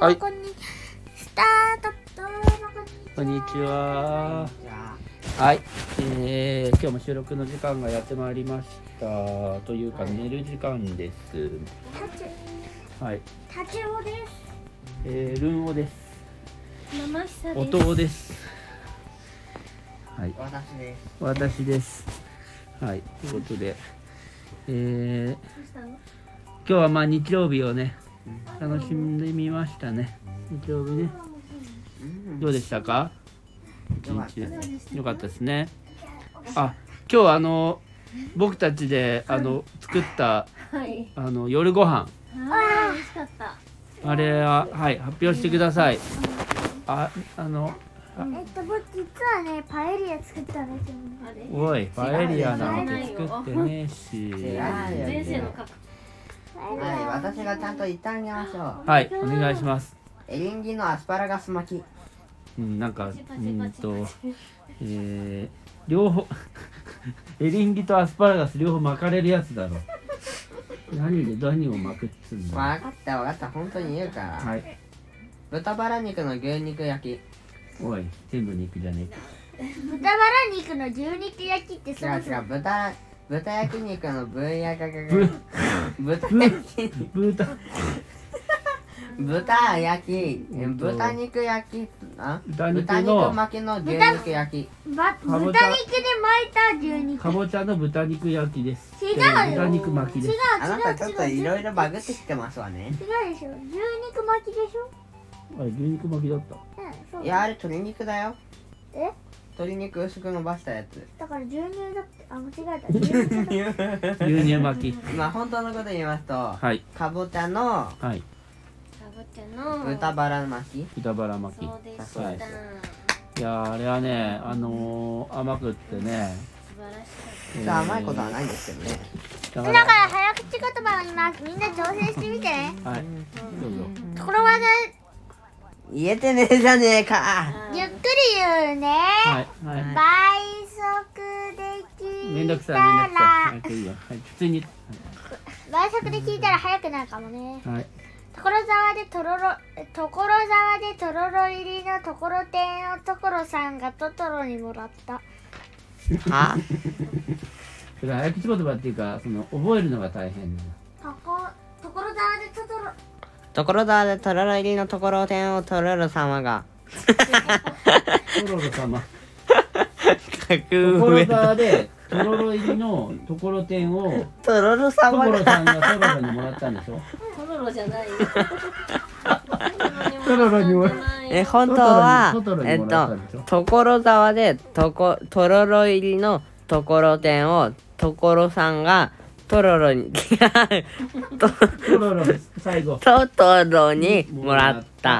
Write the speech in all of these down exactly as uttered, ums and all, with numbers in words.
はい、こんにスタート。こんにちは。はい、えー、今日も収録の時間がやってまいりましたというか、寝る時間です。はい。タチオです。えー、ルンオです。生久です。おとです。はい。私です。私です。はい。ということで、えー、今日はまあ日曜日をね、楽しんでみましたね。日曜日ね。どうでしたか？一日よかったですね。あ、今日あの僕たちであの作ったあの夜ご飯。あ、美味しかった。あれははい発表してください。あ、あの。えっと僕実はねパエリア作ったんですよ。おい、パエリアなんて作ってねえし。前世の過去。 はい、私がちゃんと言ってあげましょう。はい、お願いします。 エリンギのアスパラガス巻き。 うん、なんか、うんと、えー、両方エリンギとアスパラガス両方巻かれるやつだろ。何で何を巻くっつうんだ。 分かった分かった、本当に言うから。はい。豚バラ肉の牛肉焼き。 おい、全部肉じゃねえ。豚バラ肉の牛肉焼きってそもそも違う違う、豚豚焼肉のブーヤガガガ豚焼き豚豚焼き豚肉焼きあ豚肉巻きの牛肉焼き豚肉で巻いた牛肉かぼちゃの豚肉焼きです。 違うよ、 豚肉巻きです。違う違う、 あなたちょっといろいろバグってきてますわね。 違うでしょ、牛肉巻きでしょ。 あれ牛肉巻きだった。 うん、いやあれ鶏肉だよ。 え、 鶏肉薄く伸ばしたやつだから牛乳だって、あ、間違えた。牛乳牛乳巻き。 まあ本当のこと言いますと、 はい、 かぼちゃの、はい、 かぼちゃの豚バラ巻き。 豚バラ巻き。 そうでした。 はい、いやあれはね、あのー、甘くってね。 素晴らしかった。えー、甘いことはないんですけどね。 だから早口言葉を言います。みんな挑戦してみてね。 はい。どうぞ。 ところわざ。 言えてねえじゃねえか。 ゆっくり言うね。はいはい。倍速で聞いたら。 めんどくさいめんどくさい。はい、いいよ。はい、普通に。はい、 倍速で聞いたら早くなるかもね。 はい。 所沢でとろろ、所沢でとろろ入りのところてんを所さんがトトロにもらった。 は？ それ早口言葉っていうか、その覚えるのが大変だ。 とこ、所沢でトトロ。 所沢でとろろ入りのところてんをとろろ様が。 とろろ様。 所沢でとろろ入りのところてんをとろろ様が。所さんがとろろにもらったんでしょ。 トロロじゃないよ。 トロロにも。 え、本当はえっと所沢でとことろろ入りのところてんを所さんがとろろにとろろ最後トトロにもらった。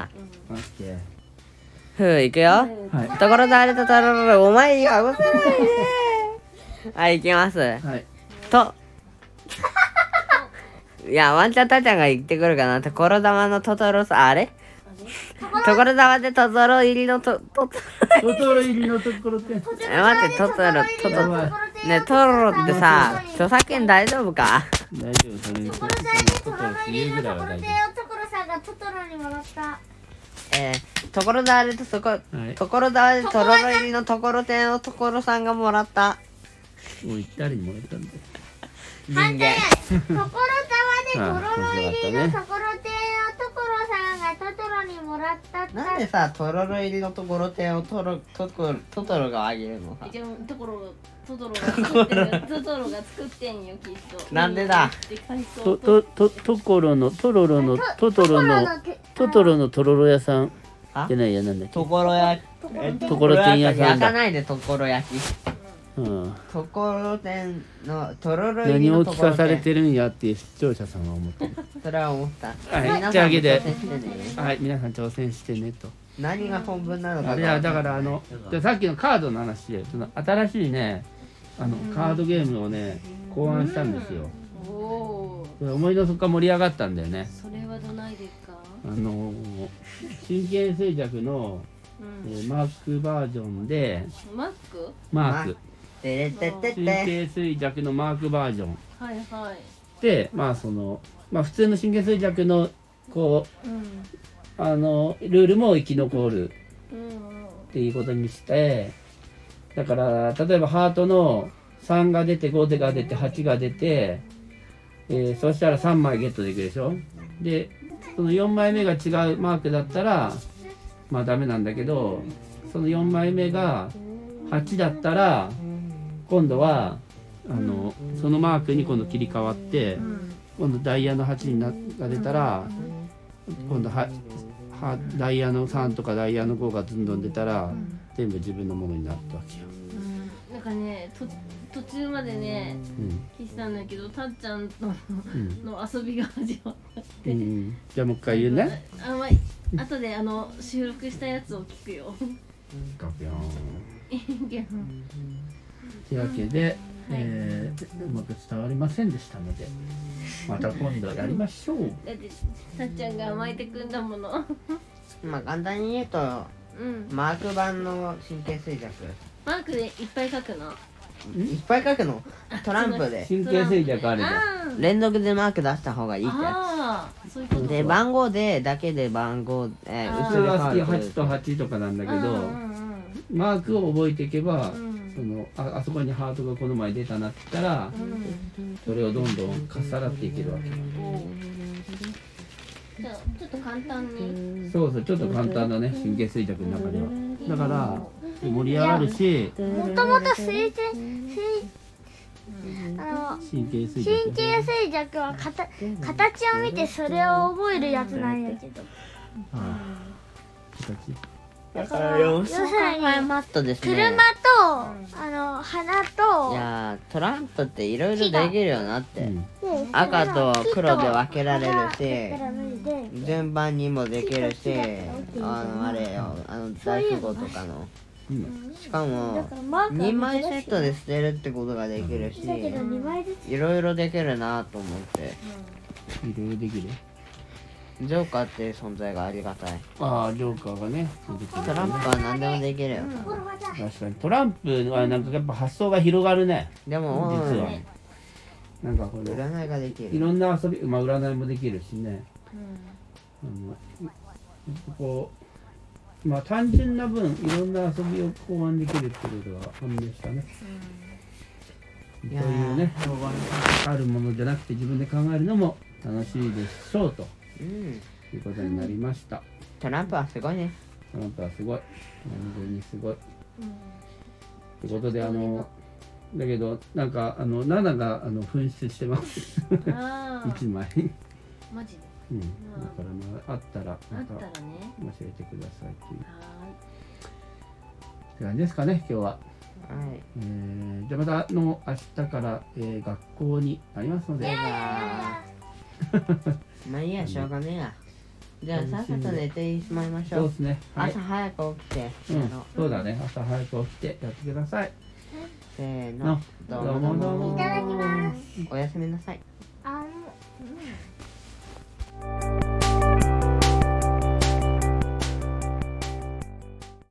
ふう、いくよ。はい、ところ沢でとろろ、お前が動かないね。はい、いきます。はい。といや、ワンちゃんたちゃんが言ってくるかな。ところ玉のトトロさ、あれところ玉でトトロ入りのと、トトロ入りのところてん。 え、待って、トトロ、トトロ。ね、トロロってさ、著作権大丈夫か？ 大丈夫、それに。 トコロ入りのところてんを所さんがトトロにもらった。 えー、ところ沢でとそこ、はい、ところ沢でとろろ入りのところてんを所さんがもらった。 おい、誰にもらったんだよ。 人間。 所沢でとろろ入りのところてんを所さんがトトロにもらった。 なんでさ、とろろ入りのところてんをトロトトトトロがあげるのさ。 ところトトロが作ってる。トトロが作ってんよきっと。 なんでだ。 とととところのトロロのトトロのトトロのとろろ屋さんじゃないや、なんだっけ。 ところ焼き。ところてん屋さんだ。 焼かないでところ焼き。うん、ところてんのとろろ入りのところてん。 何を聞かされてるんやって視聴者さんは思ってる。 それは思った。 はい、じゃああげて、はい、皆さん挑戦してねと。 何が本文なのか。 あれはだからあのさっきのカードの話で、その新しいねあのカードゲームをね考案したんですよ。おお。思いのほか盛り上がったんだよね。 それはどないですか。 あの真剣衰弱の、うんえー、マークバージョンで。 マーク？ マーク。 神経衰弱のマークバージョン、 はいはい、 でまあそのまあ普通の神経衰弱のこう、うん、 あのルールも生き残るうんっていうことにして、だから例えばハートのさんが出てごが出てはちが出て、えー、そしたらさんまいゲットできるでしょ。でそのよんまいめが違うマークだったらまあダメなんだけど、そのよんまいめがはちだったら今度はあのそのマークに今度切り替わって、今度ダイヤのはちになが出たら今度ははダイヤのさんとかダイヤのごがどんどん出たら全部自分のものになったわけよ。 うんなんかねと途中までねうん聞いてたんだけど、たっちゃんとうんの遊びが始まって、 うんうんじゃあもう一回言うね。 あまあ後であの収録したやつを聞くよ。 ガピョーンいいけどというわけで、えーうまく伝わりませんでしたのでまた今度やりましょう。 だってたっちゃんが甘えてくんだもの。 まあ簡単に言うとうんマーク版の神経衰弱マークでいっぱい書くの。 いっぱい書くのトランプで神経衰弱あるじゃん。 あー連続でマーク出した方がいいってやあーそういうことつで番号でだけで番号、えー、 あー普通は好き薄はちとはちとかなんだけど、 うんうんマークを覚えていけば、 うんその あ, あそこにハートがこの前出たなって言ったら、 うんそれをどんどんかっさらっていけるわけ。 じゃあちょっと簡単に。 そうそうちょっと簡単なね神経衰弱の中ではだから盛り上がるしもともと水中水あの神経衰神弱経衰弱はかた形を見てそれを覚えるやつなんやけど、 ああ形だから要素考えマットですね車とあの花いとやートランプっていろいろできるようになって、 うんで赤と黒で分けられるしだから無理で順番にもできるしあのあれよあの大富豪とかのうんしかだもからマークはにまいセットで捨てるってことができるしだけどにまいずついろいろできるなと思っていろいろできる。 ジョーカーっていう存在がありがたいああジョーカーがね出てくるトランプは何でもできるよ確かにトランプはなんかやっぱ発想が広がるね。 でも実はなんかこれ占いができるいろんな遊び、まあ、占いもできるしね、あのこうまあ単純な分いろんな遊びを考案できるってことが判明したね。そういやーいうねあるものじゃなくて自分で考えるのも楽しいでしょうとうんいうことになりました。 トランプはすごいねトランプはすごい完全にすごい。ということであのだけどなんかあのなながあの紛失してますああいちまい、 マジで。 うん、だからまああったらあまったたらね。 教えてくださいっていうはって感じですかね今日は、 はいえー、じゃあまたの明日から、えー学校になりますのでではまあいいやしょうがねえやじゃあさっさと寝てしまいましょうそうですねはい朝早く起きてうんやろうそうだね朝早く起きてやってくださいせーののどうもどうもいただきます。 おやすみなさい